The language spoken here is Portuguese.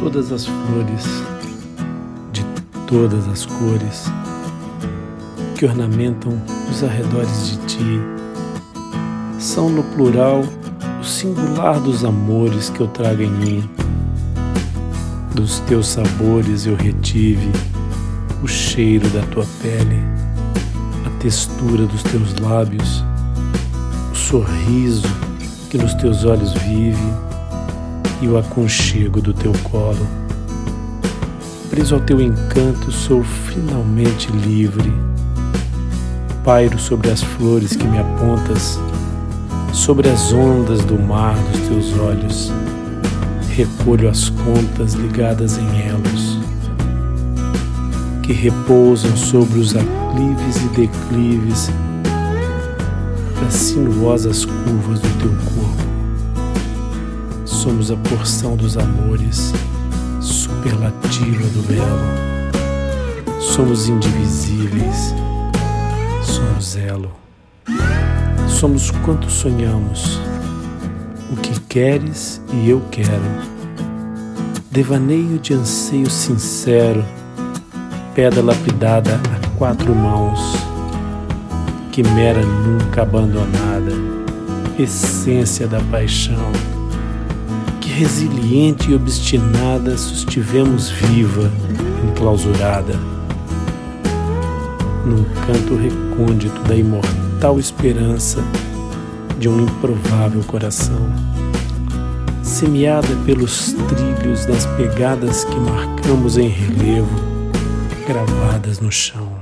todas as flores, de todas as cores, que ornamentam os arredores de ti, são no plural o singular dos amores que eu trago em mim. Dos teus sabores eu retive o cheiro da tua pele, a textura dos teus lábios, o sorriso que nos teus olhos vive e o aconchego do teu colo. Preso ao teu encanto, sou finalmente livre. Pairo sobre as flores que me apontas, sobre as ondas do mar dos teus olhos. Recolho as contas ligadas em elos, que repousam sobre os aclives e declives das sinuosas curvas do teu corpo. Somos a porção dos amores, superlativa do belo. Somos indivisíveis, somos elo. Somos quanto sonhamos, o que queres e eu quero. Devaneio de anseio sincero, pedra lapidada a 4 mãos, quimera nunca abandonada, essência da paixão, que resiliente e obstinada sustivemos viva, enclausurada, num canto recôndito da imortal esperança de um improvável coração, semeada pelos trilhos das pegadas que marcamos em relevo, gravadas no chão.